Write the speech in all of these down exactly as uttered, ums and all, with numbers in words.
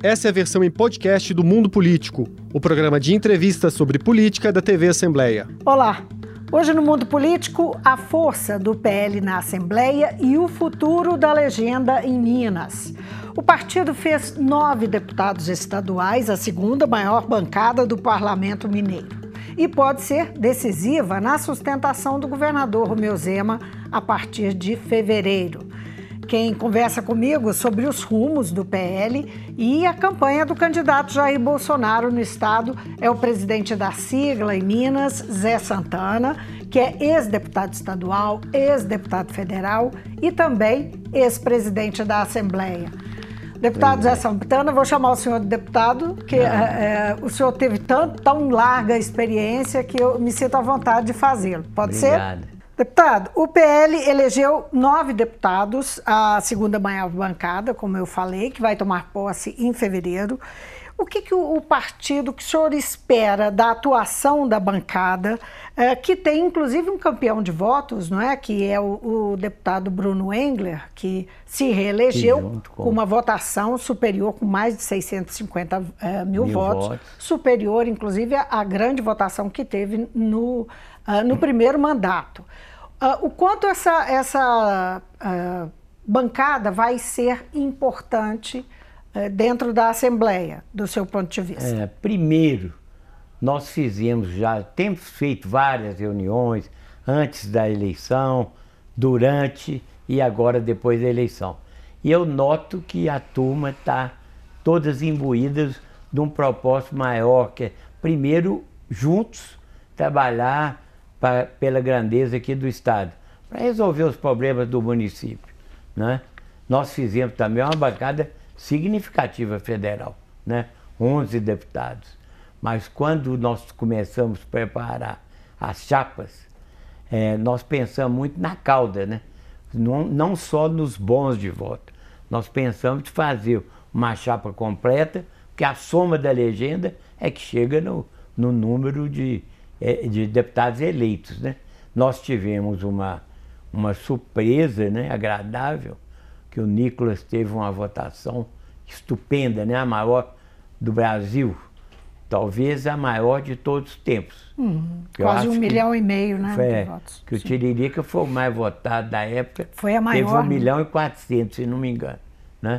Essa é a versão em podcast do Mundo Político, o programa de entrevistas sobre política da T V Assembleia. Olá! Hoje no Mundo Político, a força do P L na Assembleia e o futuro da legenda em Minas. O partido fez nove deputados estaduais, a segunda maior bancada do Parlamento Mineiro, e pode ser decisiva na sustentação do governador Romeu Zema a partir de fevereiro. Quem conversa comigo sobre os rumos do P L e a campanha do candidato Jair Bolsonaro no estado é o presidente da sigla em Minas, Zé Santana, que é ex-deputado estadual, ex-deputado federal e também ex-presidente da Assembleia. Deputado Zé Santana, vou chamar o senhor de deputado, que é, é, o senhor teve tão, tão larga experiência que eu me sinto à vontade de fazê-lo. Pode Obrigado. ser? Deputado, o P L elegeu nove deputados, a segunda maior bancada, como eu falei, que vai tomar posse em fevereiro. O que, que o, o partido, que o senhor espera da atuação da bancada, é, que tem inclusive um campeão de votos, não é? Que é o, o deputado Bruno Engler, que se reelegeu com... com uma votação superior, com mais de seiscentos e cinquenta é, mil, mil votos, votos, superior inclusive à, à grande votação que teve no, uh, no primeiro mandato. Uh, o quanto essa, essa uh, bancada vai ser importante uh, dentro da Assembleia, do seu ponto de vista? É, primeiro, nós fizemos já, temos feito várias reuniões antes da eleição, durante e agora depois da eleição. E eu noto que a turma está todas imbuídas de um propósito maior, que é, primeiro, juntos, trabalhar Pra, pela grandeza aqui do estado, para resolver os problemas do município, né? Nós fizemos também uma bancada significativa federal, né? onze deputados, mas quando nós começamos a preparar as chapas, é, nós pensamos muito na cauda, né? Não, não só nos bons de voto, nós pensamos de fazer uma chapa completa, porque a soma da legenda é que chega no, no número de de deputados eleitos, né? Nós tivemos uma, uma surpresa, né, agradável, que o Nicolas teve uma votação estupenda, né, a maior do Brasil, talvez a maior de todos os tempos. Uhum, quase um milhão que, e meio, né, foi, de votos. Que o Tiririca foi o mais votado da época. Foi a maior. Teve um milhão e quatrocentos, se não me engano, né?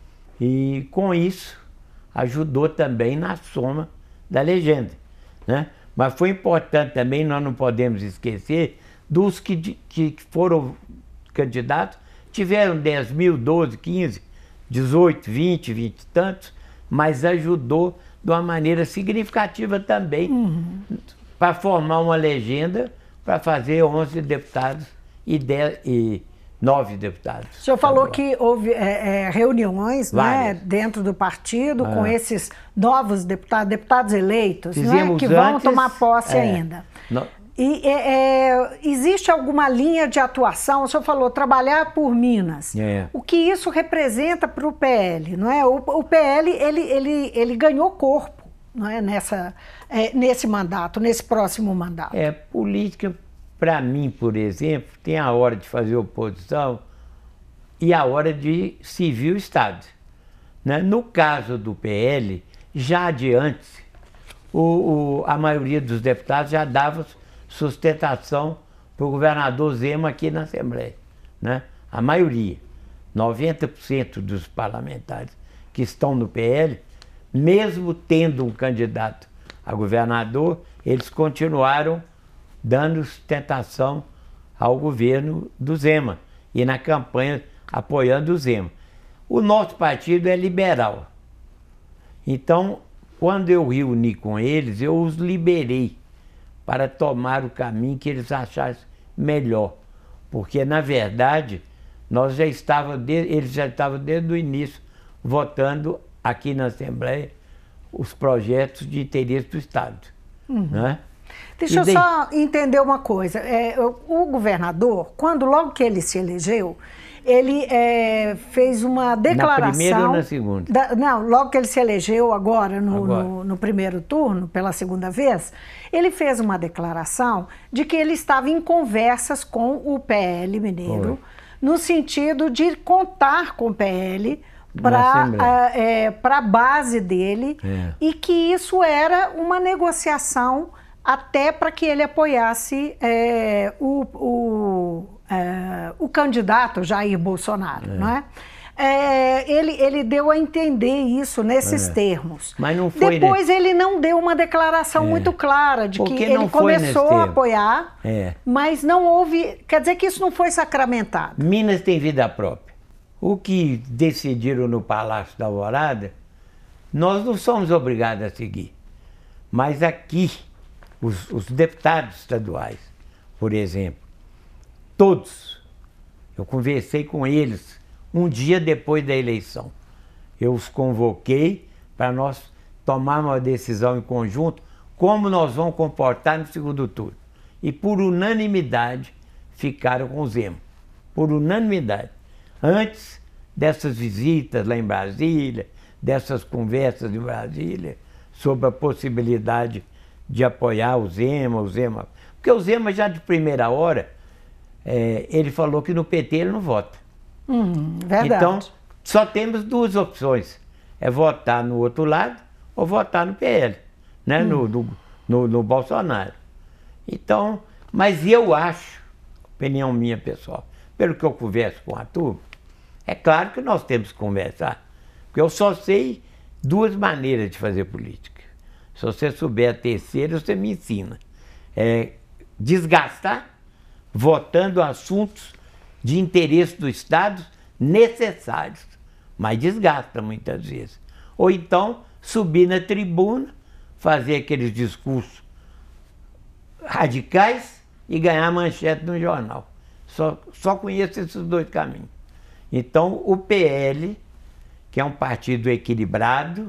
E com isso ajudou também na soma da legenda, né? Mas foi importante também, nós não podemos esquecer, dos que, que foram candidatos, tiveram dez mil, doze, quinze, dezoito, vinte, vinte e tantos, mas ajudou de uma maneira significativa também, uhum, para formar uma legenda para fazer onze deputados e, dez, e nove deputados. O senhor falou que houve é, é, reuniões, né, dentro do partido, ah, com esses novos deputados, deputados eleitos, né, que vão antes, tomar posse é, ainda. No... E é, é, existe alguma linha de atuação? O senhor falou trabalhar por Minas. É. O que isso representa para o P L, não é? O, o P L ele, ele, ele ganhou corpo, não é, nessa, é, nesse mandato, nesse próximo mandato. É política. Para mim, por exemplo, tem a hora de fazer oposição e a hora de servir o Estado, né? No caso do P L, já adiante, o, o, a maioria dos deputados já dava sustentação para o governador Zema aqui na Assembleia, né? A maioria, noventa por cento dos parlamentares que estão no P L, mesmo tendo um candidato a governador, eles continuaram dando sustentação ao governo do Zema e na campanha apoiando o Zema. O nosso partido é liberal. Então, quando eu reuni com eles, eu os liberei para tomar o caminho que eles achassem melhor. Porque, na verdade, nós já estava de, eles já estavam desde o início votando aqui na Assembleia os projetos de interesse do Estado. Uhum. Né? Deixa eu só entender uma coisa. É, o governador, quando logo que ele se elegeu, ele é, fez uma declaração... Na primeira ou na segunda? Da, não, logo que ele se elegeu agora no, agora no, no primeiro turno, pela segunda vez, ele fez uma declaração de que ele estava em conversas com o P L Mineiro, Foi. no sentido de contar com o P L para é, a base dele, é. e que isso era uma negociação até para que ele apoiasse é, o, o, é, o candidato Jair Bolsonaro, é. não é? É, ele, ele deu a entender isso nesses é. termos. Mas não foi Depois nesse... ele não deu uma declaração é. muito clara de Porque que ele começou a apoiar, é. mas não houve... Quer dizer que isso não foi sacramentado. Minas tem vida própria. O que decidiram no Palácio da Alvorada, nós não somos obrigados a seguir. Mas aqui, os, os deputados estaduais, por exemplo, todos, eu conversei com eles um dia depois da eleição. Eu os convoquei para nós tomarmos uma decisão em conjunto como nós vamos comportar no segundo turno. E por unanimidade ficaram com o Zema. Por unanimidade. Antes dessas visitas lá em Brasília, dessas conversas em Brasília, sobre a possibilidade de apoiar o Zema, o Zema. Porque o Zema já de primeira hora, é, ele falou que no P T ele não vota. Hum, verdade. Então, só temos duas opções. É votar no outro lado ou votar no P L, né? Hum. No, no, no, no Bolsonaro. Então, mas eu acho, opinião minha pessoal, pelo que eu converso com a turma, é claro que nós temos que conversar. Porque eu só sei duas maneiras de fazer política. Se você souber a terceira, você me ensina. É desgastar, votando assuntos de interesse do Estado necessários, mas desgasta muitas vezes. Ou então, subir na tribuna, fazer aqueles discursos radicais e ganhar manchete no jornal. Só, só conheço esses dois caminhos. Então, o P L, que é um partido equilibrado,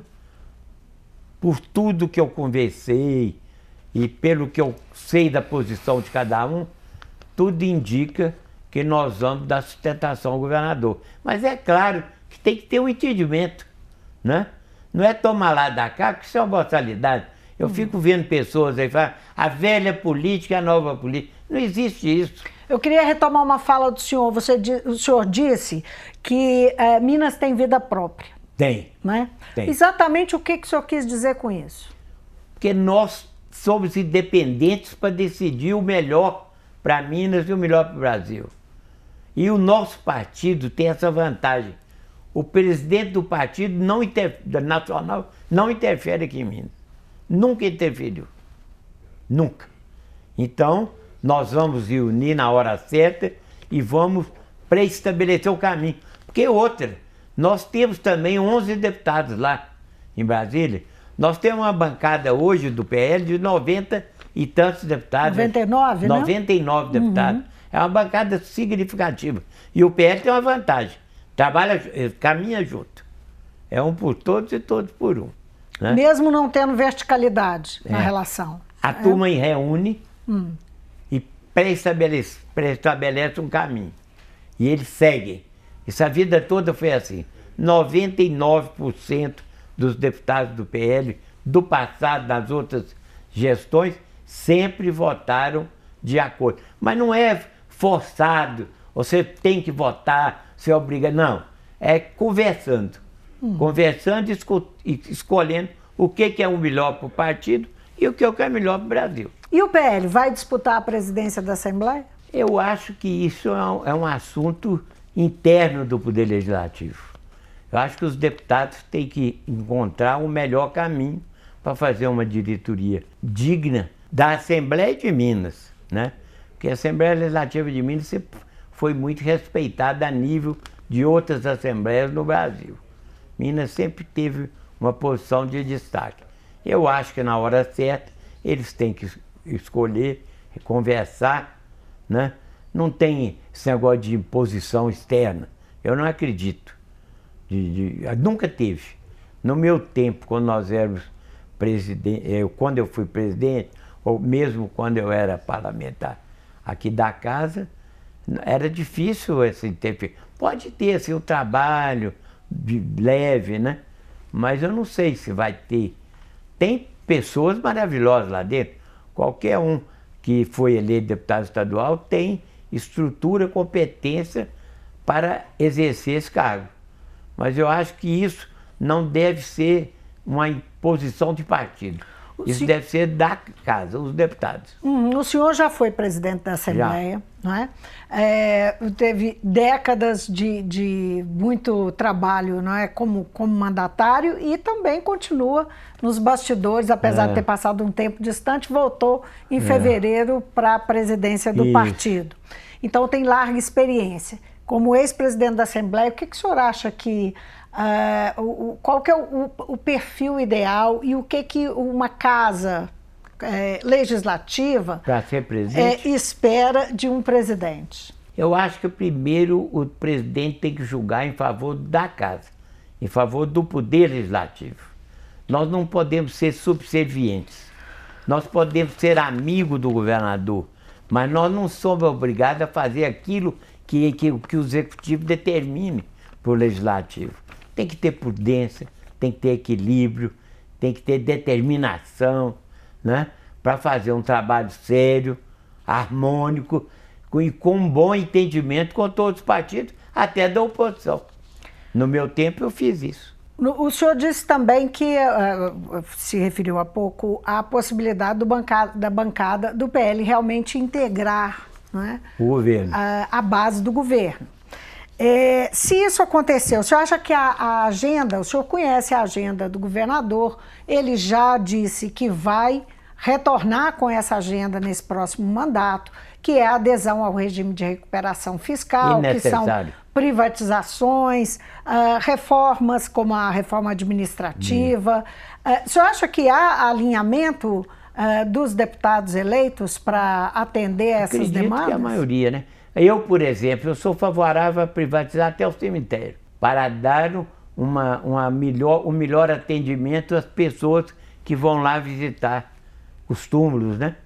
por tudo que eu conversei e pelo que eu sei da posição de cada um, tudo indica que nós vamos dar sustentação ao governador. Mas é claro que tem que ter um entendimento, né? Não é tomar lá da cá, porque isso é uma boçalidade. Eu fico vendo pessoas aí falar, a velha política é a nova política. Não existe isso. Eu queria retomar uma fala do senhor. Você, o senhor disse que é, Minas tem vida própria. Tem. Né? Tem. Exatamente o que, que o senhor quis dizer com isso? Porque nós somos independentes para decidir o melhor para Minas e o melhor para o Brasil. E o nosso partido tem essa vantagem. O presidente do partido não inter... nacional não interfere aqui em Minas. Nunca interferiu. Nunca. Então, nós vamos unir na hora certa e vamos pré-estabelecer o caminho. Porque outra, nós temos também onze deputados lá em Brasília. Nós temos uma bancada hoje do P L de noventa e tantos deputados. noventa e nove, né? noventa e nove deputados. Uhum. É uma bancada significativa. E o P L tem uma vantagem. Trabalha, caminha junto. É um por todos e todos por um. Né? Mesmo não tendo verticalidade é. na relação. A é. turma reúne hum. e pré-estabelece, pré-estabelece um caminho. E eles seguem. Essa vida toda foi assim. noventa e nove por cento dos deputados do P L, do passado, das outras gestões, sempre votaram de acordo. Mas não é forçado, você tem que votar, você é obrigado. Não, é conversando. Hum. Conversando e escolhendo o que, que é o melhor para o partido e o que é o melhor para o Brasil. E o P L vai disputar a presidência da Assembleia? Eu acho que isso é um, é um assunto interno do Poder Legislativo. Eu acho que os deputados têm que encontrar o melhor caminho para fazer uma diretoria digna da Assembleia de Minas, né? Porque a Assembleia Legislativa de Minas foi muito respeitada a nível de outras assembleias no Brasil. Minas sempre teve uma posição de destaque. Eu acho que na hora certa eles têm que escolher, conversar, né? Não tem esse negócio de imposição externa. Eu não acredito. De, de, nunca teve. No meu tempo, quando nós éramos presidente, eu, quando eu fui presidente, ou mesmo quando eu era parlamentar aqui da casa, era difícil essa interferência. Pode ter assim, o trabalho de leve, né? Mas eu não sei se vai ter. Tem pessoas maravilhosas lá dentro. Qualquer um que foi eleito deputado estadual tem estrutura, competência para exercer esse cargo. mas eu acho que isso não deve ser uma imposição de partido. Isso Se... deve ser da casa, os deputados. Hum, o senhor já foi presidente da Assembleia, já. Não é? É, teve décadas de, de muito trabalho, não é? como, como mandatário, e também continua nos bastidores, apesar é. de ter passado um tempo distante, voltou em é. fevereiro para a presidência do Isso. partido. Então tem larga experiência. Como ex-presidente da Assembleia, o que, que o senhor acha que... Uh, o, qual que é o, o perfil ideal e o que, que uma casa é, legislativa para ser presidente? É, espera de um presidente? Eu acho que primeiro o presidente tem que julgar em favor da casa, em favor do poder legislativo. Nós não podemos ser subservientes, nós podemos ser amigos do governador, mas nós não somos obrigados a fazer aquilo que, que, que o executivo determine para o legislativo. Tem que ter prudência, tem que ter equilíbrio, tem que ter determinação, né? Para fazer um trabalho sério, harmônico e com um bom entendimento com todos os partidos, até da oposição. No meu tempo eu fiz isso. O senhor disse também que, uh, se referiu há pouco, à possibilidade do bancada, da bancada do P L realmente integrar, não é? O governo. A, a base do governo. É, se isso aconteceu, o senhor acha que a, a agenda, o senhor conhece a agenda do governador, ele já disse que vai retornar com essa agenda nesse próximo mandato, que é a adesão ao regime de recuperação fiscal, que são privatizações, uh, reformas como a reforma administrativa. Hum. Uh, o senhor acha que há alinhamento uh, dos deputados eleitos para atender a essas Acredito demandas? Que a maioria, né? Eu, por exemplo, eu sou favorável a privatizar até o cemitério, para dar uma, uma melhor, um melhor atendimento às pessoas que vão lá visitar os túmulos, né?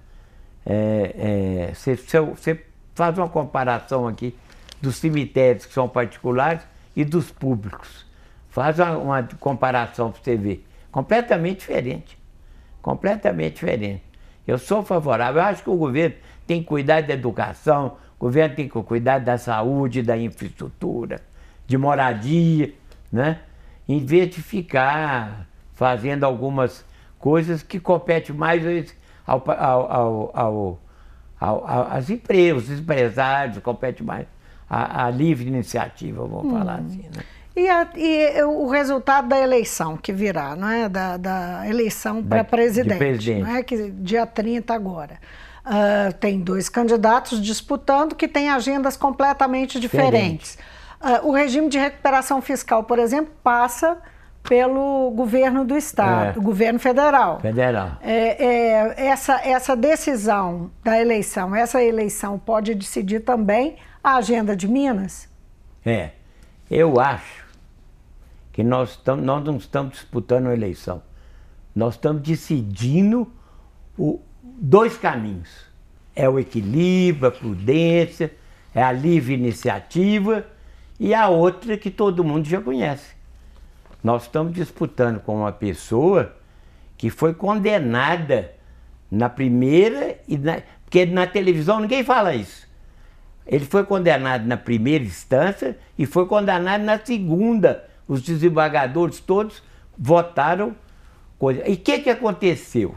Você é, é, faz uma comparação aqui dos cemitérios que são particulares e dos públicos. Faz uma, uma comparação para você ver. Completamente diferente. Completamente diferente. Eu sou favorável. Eu acho que o governo tem que cuidar da educação, o governo tem que cuidar da saúde, da infraestrutura, de moradia, né? Em vez de ficar fazendo algumas coisas que competem mais ao, ao, ao, ao, ao, às empresas, os empresários, compete mais à, à livre iniciativa, vamos hum. falar assim, né? E, a, e o resultado da eleição que virá, não é? Da, da eleição para presidente, presidente, não é? Que dia trinta agora. Uh, tem dois candidatos disputando que têm agendas completamente diferentes. Uh, o regime de recuperação fiscal, por exemplo, passa pelo governo do estado, é. governo federal. Federal. É, é, essa, essa decisão da eleição, essa eleição pode decidir também a agenda de Minas? É, eu acho que nós, tam, nós não estamos disputando a eleição, nós estamos decidindo o dois caminhos. É o equilíbrio, a prudência, é a livre iniciativa e a outra que todo mundo já conhece. Nós estamos disputando com uma pessoa que foi condenada na primeira, e na, porque na televisão ninguém fala isso. Ele foi condenado na primeira instância e foi condenado na segunda. Os desembargadores todos votaram coisa. E o que, que aconteceu?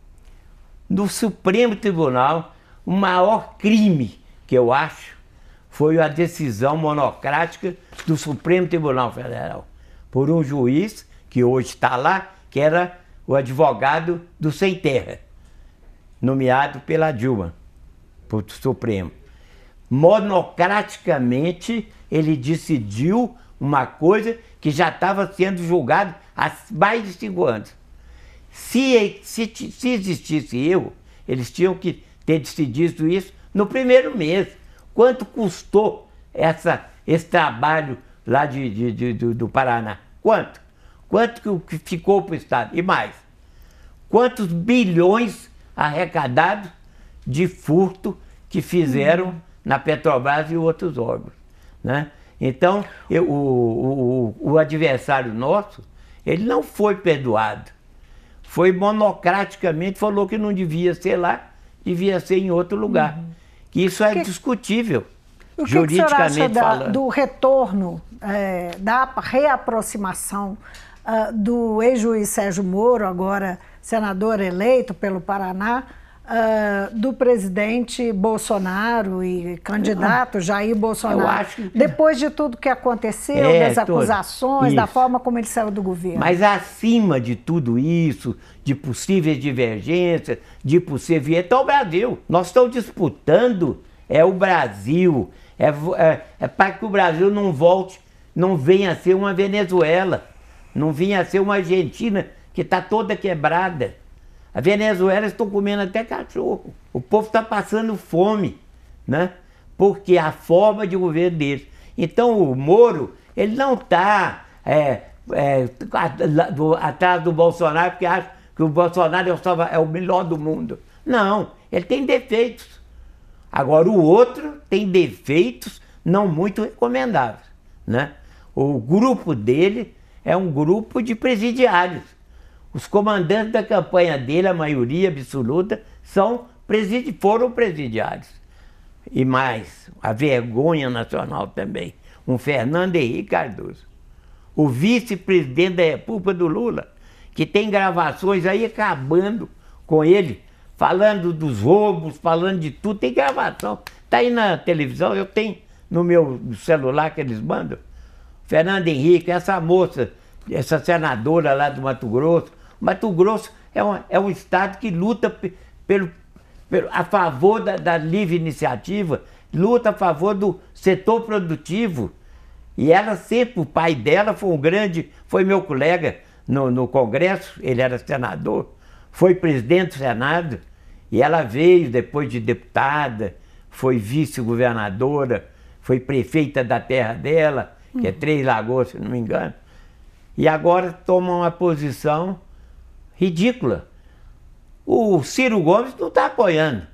No Supremo Tribunal, o maior crime que eu acho foi a decisão monocrática do Supremo Tribunal Federal, por um juiz que hoje está lá, que era o advogado do Sem Terra, nomeado pela Dilma, para o Supremo. Monocraticamente, ele decidiu uma coisa que já estava sendo julgada há mais de cinco anos. Se, se, se existisse erro, eles tinham que ter decidido isso no primeiro mês. Quanto custou essa, esse trabalho lá de, de, de, do, do Paraná? Quanto? Quanto que ficou para o Estado? E mais, quantos bilhões arrecadados de furto que fizeram uhum. na Petrobras e outros órgãos, né? Então, eu, o, o, o adversário nosso, ele não foi perdoado. Foi monocraticamente, falou que não devia ser lá, devia ser em outro lugar. Uhum. Que isso é que... discutível. O que, juridicamente que o senhor acha da, falando. do retorno, é, da reaproximação uh, do ex-juiz Sérgio Moro, agora senador eleito pelo Paraná, uh, do presidente Bolsonaro e candidato Jair Bolsonaro? Eu acho que... Depois de tudo que aconteceu, é, das acusações, da forma como ele saiu do governo. Mas acima de tudo isso, de possíveis divergências, de possível... Então o Brasil, nós estamos disputando, é o Brasil, é, é, é para que o Brasil não volte, não venha a ser uma Venezuela, não venha a ser uma Argentina que está toda quebrada. A Venezuela estão comendo até cachorro. O povo está passando fome, né? Porque a forma de governo deles. Então o Moro, ele não está é, é, atrás do Bolsonaro porque acha que o Bolsonaro é o melhor do mundo. Não, ele tem defeitos. Agora o outro tem defeitos não muito recomendáveis, né? O grupo dele é um grupo de presidiários. Os comandantes da campanha dele, a maioria absoluta, são presidi- foram presidiários. E mais, a vergonha nacional também, um Fernando Henrique Cardoso, o vice-presidente da República do Lula, que tem gravações aí acabando com ele, falando dos roubos, falando de tudo, tem gravação. Está aí na televisão, eu tenho no meu celular que eles mandam. Fernando Henrique, essa moça, essa senadora lá do Mato Grosso. Mato Grosso é um, é um estado que luta pelo, pelo, a favor da, da livre iniciativa, luta a favor do setor produtivo. E ela sempre, o pai dela foi um grande, foi meu colega no, no Congresso, ele era senador, foi presidente do Senado, e ela veio depois de deputada, foi vice-governadora, foi prefeita da terra dela, que é Três Lagoas, se não me engano, e agora toma uma posição ridícula. O Ciro Gomes não está apoiando,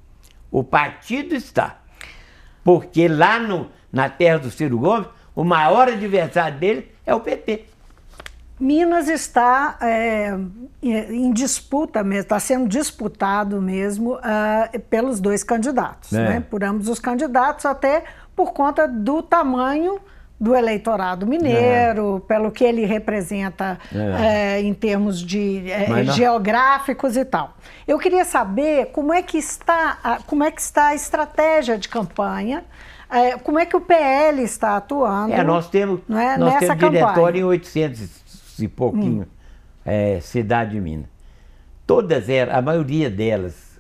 o partido está, porque lá no, na terra do Ciro Gomes, o maior adversário dele é o P T. Minas está é, em disputa mesmo, está sendo disputado mesmo uh, pelos dois candidatos, é. né? Por ambos os candidatos, até por conta do tamanho do eleitorado mineiro, é. pelo que ele representa é. É, em termos de é, geográficos e tal. Eu queria saber como é que está a, como é que está a estratégia de campanha, é, como é que o P L está atuando. É, nós temos, não é, nós nessa temos campanha. diretório em oitocentos e pouquinho, hum. é, cidade de Minas. Todas elas, a maioria delas,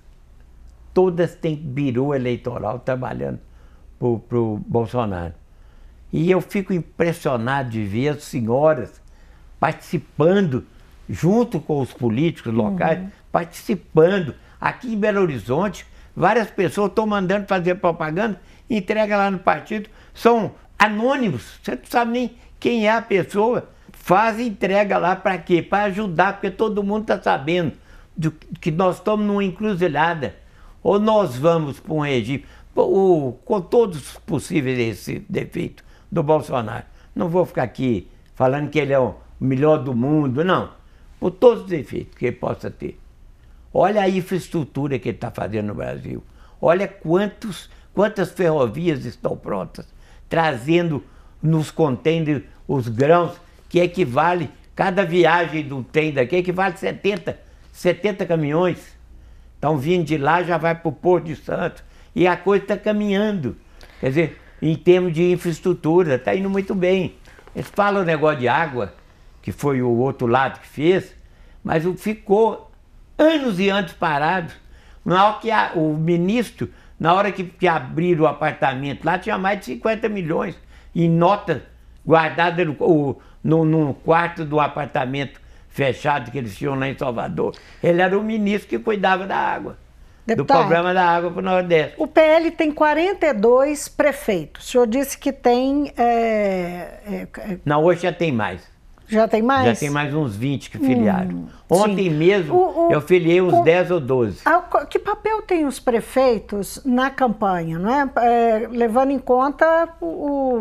todas têm birô eleitoral trabalhando para o Bolsonaro. E eu fico impressionado de ver as senhoras participando, junto com os políticos locais, uhum. participando. Aqui em Belo Horizonte, várias pessoas estão mandando fazer propaganda, entrega lá no partido, são anônimos, você não sabe nem quem é a pessoa, faz e entrega lá para quê? Para ajudar, porque todo mundo está sabendo do, que nós estamos numa encruzilhada. Ou nós vamos para um regime, o, com todos os possíveis esse defeito do Bolsonaro. Não vou ficar aqui falando que ele é o melhor do mundo, não. Por todos os defeitos que ele possa ter. Olha a infraestrutura que ele está fazendo no Brasil. Olha quantos, quantas ferrovias estão prontas, trazendo nos contêineres os grãos, que equivale, cada viagem do trem daqui equivale a setenta caminhões. Estão vindo de lá, já vai para o Porto de Santos. E a coisa está caminhando. Quer dizer, em termos de infraestrutura, está indo muito bem. Eles falam o negócio de água, que foi o outro lado que fez, mas ficou anos e anos parado. Na hora que a, o ministro, na hora que, que abriram o apartamento lá, tinha mais de cinquenta milhões em nota guardada no, no, no quarto do apartamento fechado que eles tinham lá em Salvador. Ele era o ministro que cuidava da água. Deputado, do problema da água para o Nordeste. O P L tem quarenta e dois prefeitos. O senhor disse que tem... É, é, Não, hoje já tem mais. Já tem mais? Já tem mais uns vinte que filiaram. Hum, Ontem sim. mesmo o, o, eu filiei uns o, dez ou doze. A, que papel tem os prefeitos na campanha, não é? É levando em conta o,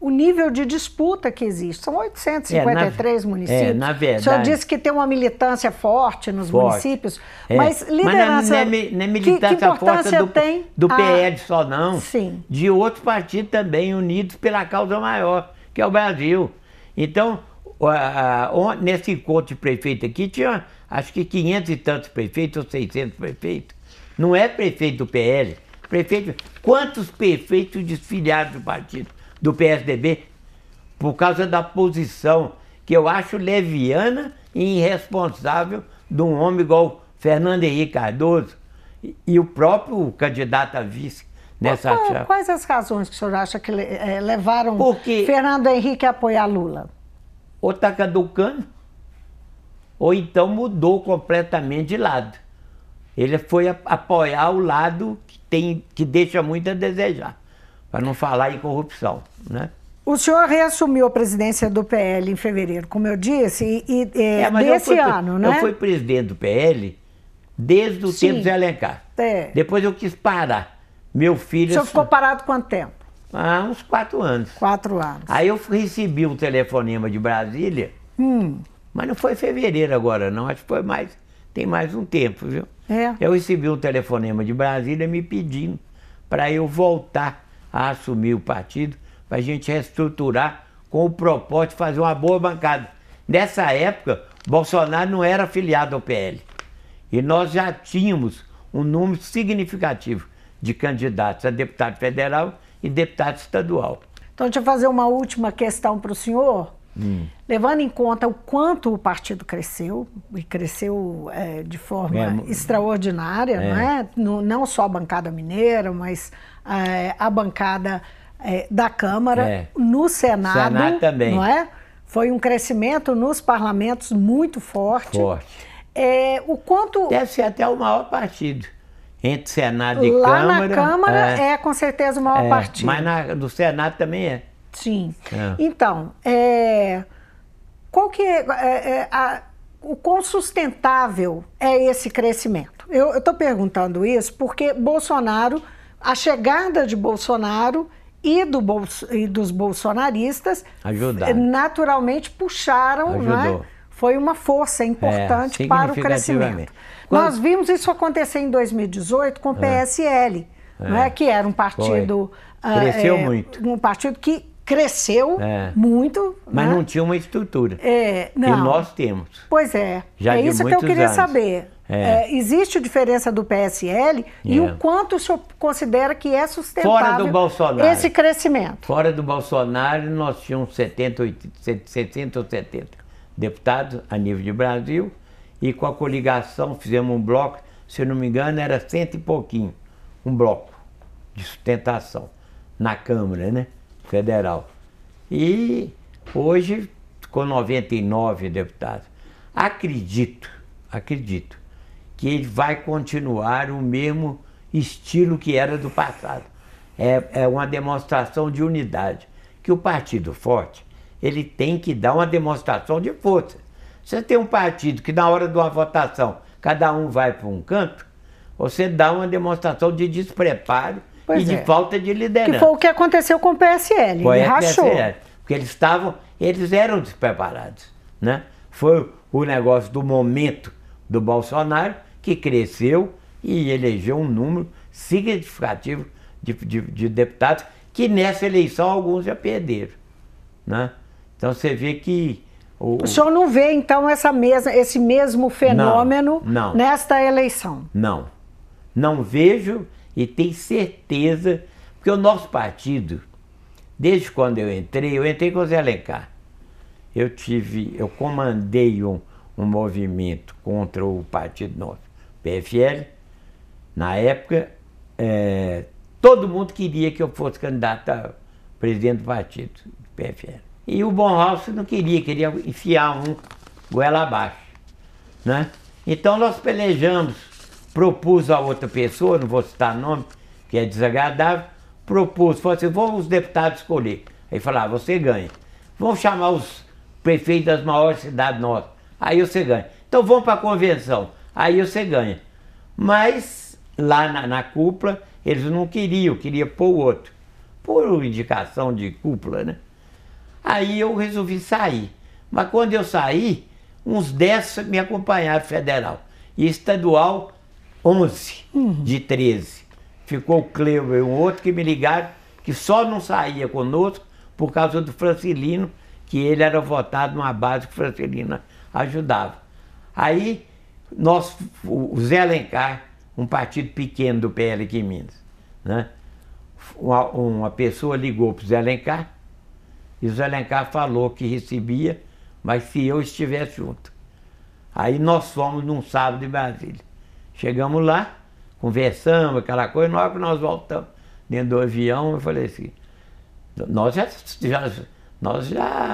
o nível de disputa que existe. São oitocentos e cinquenta e três é, na, municípios. É, na verdade, o senhor disse que tem uma militância forte nos forte. municípios, é. mas liderança... Mas não é, não é militância que, que importância forte do, tem do a... P L só não, Sim. de outros partidos também, unidos pela causa maior, que é o Brasil. Então, a, a, nesse encontro de prefeito aqui, tinha acho que quinhentos e tantos prefeitos, ou seiscentos prefeitos. Não é prefeito do P L. Prefeito, quantos prefeitos desfiliados do partido, do P S D B, por causa da posição que eu acho leviana e irresponsável de um homem igual Fernando Henrique Cardoso e, e o próprio candidato a vice nessa Qual, chapa. Quais as razões que o senhor acha que é, levaram Porque Fernando Henrique a apoiar Lula? Ou está caducando, ou então mudou completamente de lado. Ele foi a, apoiar o lado que, tem, que deixa muito a desejar, para não falar em corrupção, né? O senhor reassumiu a presidência do P L em fevereiro, como eu disse, e, e é, desse fui, ano, né? Eu fui presidente do P L desde o Sim. tempo de Zé Alencar. É. Depois eu quis parar. Meu filho... O senhor ficou parado quanto tempo? Há uns quatro anos. Quatro anos. Aí eu recebi um telefonema de Brasília, hum. mas não foi em fevereiro agora não, acho que foi mais, tem mais um tempo, viu? É. Eu recebi um telefonema de Brasília me pedindo para eu voltar a assumir o partido, para a gente reestruturar com o propósito de fazer uma boa bancada. Nessa época, Bolsonaro não era afiliado ao P L. E nós já tínhamos um número significativo de candidatos a deputado federal e deputado estadual. Então, deixa eu fazer uma última questão para o senhor. Hum. Levando em conta o quanto o partido cresceu, e cresceu é, de forma é, extraordinária, é. Não, é? No, não só a bancada mineira, mas é, a bancada é, da Câmara, é. no Senado, Senado também. Não é? Foi um crescimento nos parlamentos muito forte. Forte. É, o quanto... Deve ser até o maior partido. Entre Senado e Lá Câmara... Lá na Câmara é, é com certeza o maior é, partido. Mas na, no Senado também é. Sim. É. Então, é, qual que é, é, é a, o quão sustentável é esse crescimento? Eu estou perguntando isso porque Bolsonaro, a chegada de Bolsonaro e, do Bolso, e dos bolsonaristas Ajudaram. naturalmente puxaram, não é? Foi uma força importante é, para o crescimento. Quando... Nós vimos isso acontecer em dois mil e dezoito com o P S L, é. Não é? Que era um partido... Foi. Cresceu é, muito. Um partido que cresceu é. muito. Mas né? não tinha uma estrutura. É, não. E nós temos. Pois é. Já é de isso que eu queria anos. saber. É. É, existe diferença do P S L é. e o quanto o senhor considera que é sustentável Fora do Bolsonaro. esse crescimento? Fora do Bolsonaro, nós tínhamos setenta, oitenta, sessenta ou setenta deputados a nível de Brasil e com a coligação fizemos um bloco, se eu não me engano, era cento e pouquinho, um bloco de sustentação na Câmara, né, Federal. E hoje, com noventa e nove deputados, acredito, acredito que ele vai continuar o mesmo estilo que era do passado. É, é uma demonstração de unidade, que o partido forte, ele tem que dar uma demonstração de força. Você tem um partido que na hora de uma votação, cada um vai para um canto, você dá uma demonstração de despreparo pois e é. de falta de liderança. Que foi o que aconteceu com o P S L, foi ele rachou. P S L, porque eles estavam, eles eram despreparados, né? Foi o negócio do momento do Bolsonaro, que cresceu e elegeu um número significativo de, de, de deputados, que nessa eleição alguns já perderam, né? Então você vê que... O, o senhor não vê, então, essa mesma, esse mesmo fenômeno não, não, nesta eleição? Não. Não vejo e tenho certeza, porque o nosso partido, desde quando eu entrei, eu entrei com o Zé Alencar. Eu tive, eu comandei um, um movimento contra o partido nosso, P F L. Na época, é, todo mundo queria que eu fosse candidato a presidente do partido, do P F L. E o Bonhoeffer não queria, queria enfiar um goela abaixo, né? Então nós pelejamos, propus a outra pessoa, não vou citar nome, que é desagradável, propus, falou assim, vamos os deputados escolher. Aí falaram, ah, você ganha. Vamos chamar os prefeitos das maiores cidades nossas, aí você ganha. Então vamos para a convenção, aí você ganha. Mas lá na, na cúpula, eles não queriam, queriam pôr o outro. Por indicação de cúpula, né? Aí eu resolvi sair. Mas quando eu saí, uns dez me acompanharam federal. E estadual, onze uhum. de treze. Ficou o Cleuber e um outro que me ligaram, que só não saía conosco por causa do Francilino, que ele era votado numa base que o Francilino ajudava. Aí, nós, o Zé Alencar, um partido pequeno do P L aqui em Minas, né? Uma, uma pessoa ligou para o Zé Alencar, e o Zé Alencar falou que recebia, mas se eu estivesse junto. Aí nós fomos num sábado em Brasília. Chegamos lá, conversamos, aquela coisa, na hora que nós voltamos dentro do avião, eu falei assim, nós já, já, nós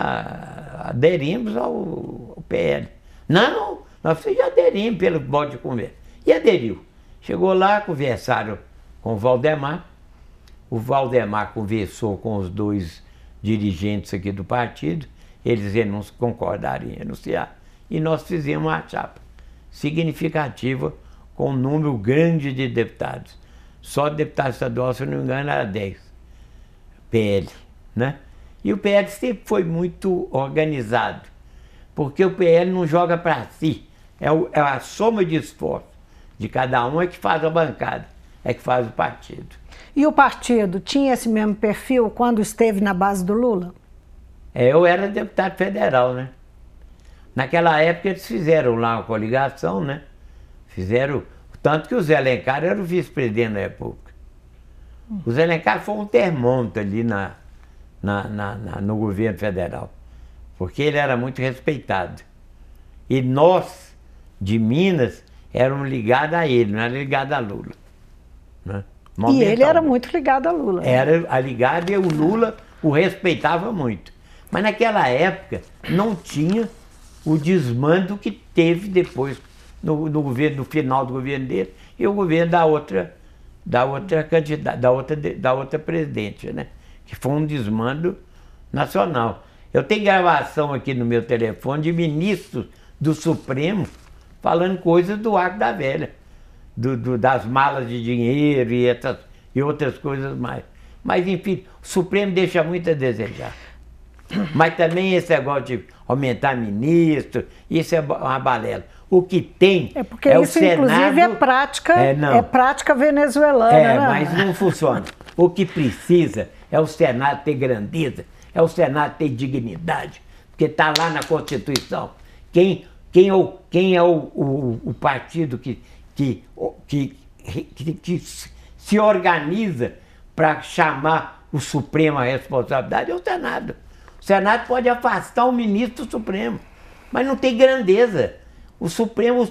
já aderimos ao, ao P L. Não, nós já aderimos pelo modo de conversa. E aderiu. Chegou lá, conversaram com o Valdemar. O Valdemar conversou com os dois dirigentes aqui do partido, eles não concordaram em renunciar, e nós fizemos uma chapa significativa com um número grande de deputados. Só deputado estadual, se eu não me engano, era dez. P L, né? E o P L sempre foi muito organizado, porque o P L não joga para si, é, o, é a soma de esforço de cada um é que faz a bancada, é que faz o partido. E o partido tinha esse mesmo perfil quando esteve na base do Lula? É, eu era deputado federal, né? Naquela época eles fizeram lá uma coligação, né? Fizeram, tanto que o Zé Alencar era o vice-presidente da República. O Zé Alencar foi um termômetro ali na, na, na, na, no governo federal, porque ele era muito respeitado. E nós, de Minas, éramos ligados a ele, não era ligado a Lula, né? E ele era muito ligado a Lula. Era a ligado e o Lula o respeitava muito. Mas naquela época não tinha o desmando que teve depois no, no governo, no final do governo dele e o governo da outra, da outra candidata, da outra, da outra presidente, né? Que foi um desmando nacional. Eu tenho gravação aqui no meu telefone de ministros do Supremo falando coisas do Arco da Velha. Do, do, das malas de dinheiro e, essas, e outras coisas mais. Mas, enfim, o Supremo deixa muito a desejar. Mas também esse negócio de aumentar ministro, isso é uma balela. O que tem é porque é isso, o Senado, inclusive, é prática, é, é prática venezuelana. É, né? mas não funciona. O que precisa é o Senado ter grandeza, é o Senado ter dignidade, porque está lá na Constituição. Quem, quem, é, o, quem é o, o, o partido que Que, que, que, que se organiza para chamar o Supremo à responsabilidade é o Senado. O Senado pode afastar o ministro do Supremo, mas não tem grandeza. O Supremo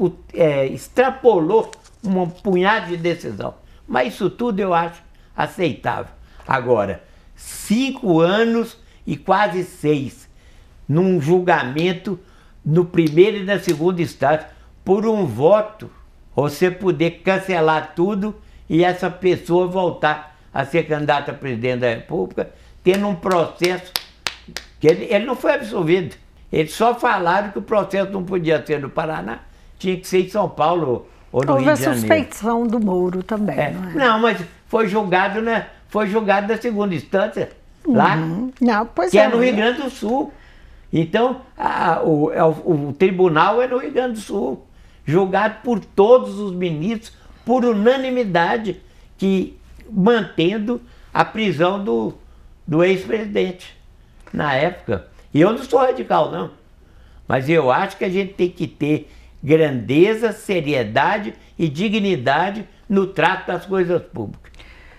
é, extrapolou um punhado de decisão. Mas isso tudo eu acho aceitável. Agora, cinco anos e quase seis num julgamento no primeiro e na segunda instância por um voto, você poder cancelar tudo e essa pessoa voltar a ser candidata a presidente da República, tendo um processo que ele, ele não foi absolvido. Eles só falaram que o processo não podia ser no Paraná, tinha que ser em São Paulo ou no Houve Rio de Janeiro. Houve a suspeição do Moro também, é. não é? Não, mas foi julgado na, foi julgado na segunda instância, uhum. lá, não, pois que é, é no Rio Grande do Sul. Então, a, o, o, o tribunal é no Rio Grande do Sul, julgado por todos os ministros, por unanimidade, que mantendo a prisão do, do ex-presidente na época. E eu não sou radical, não. Mas eu acho que a gente tem que ter grandeza, seriedade e dignidade no trato das coisas públicas.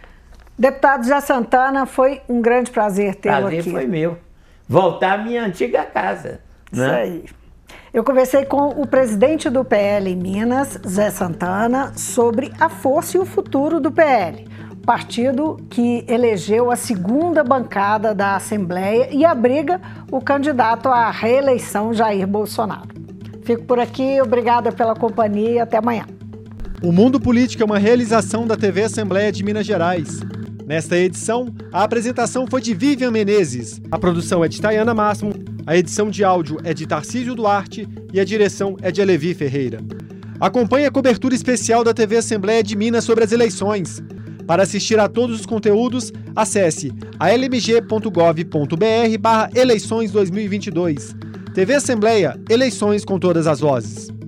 Deputado Zé Santana, foi um grande prazer tê-lo aqui. Prazer foi meu. Voltar à minha antiga casa. Isso né? aí. Eu conversei com o presidente do P L em Minas, Zé Santana, sobre a força e o futuro do P L, partido que elegeu a segunda bancada da Assembleia e abriga o candidato à reeleição Jair Bolsonaro. Fico por aqui, obrigada pela companhia e até amanhã. O Mundo Político é uma realização da T V Assembleia de Minas Gerais. Nesta edição, a apresentação foi de Vivian Menezes, a produção é de Tayana Máximo, a edição de áudio é de Tarcísio Duarte e a direção é de Alevi Ferreira. Acompanhe a cobertura especial da T V Assembleia de Minas sobre as eleições. Para assistir a todos os conteúdos, acesse a l m g ponto gov ponto b r barra eleições dois mil e vinte e dois. T V Assembleia, eleições com todas as vozes.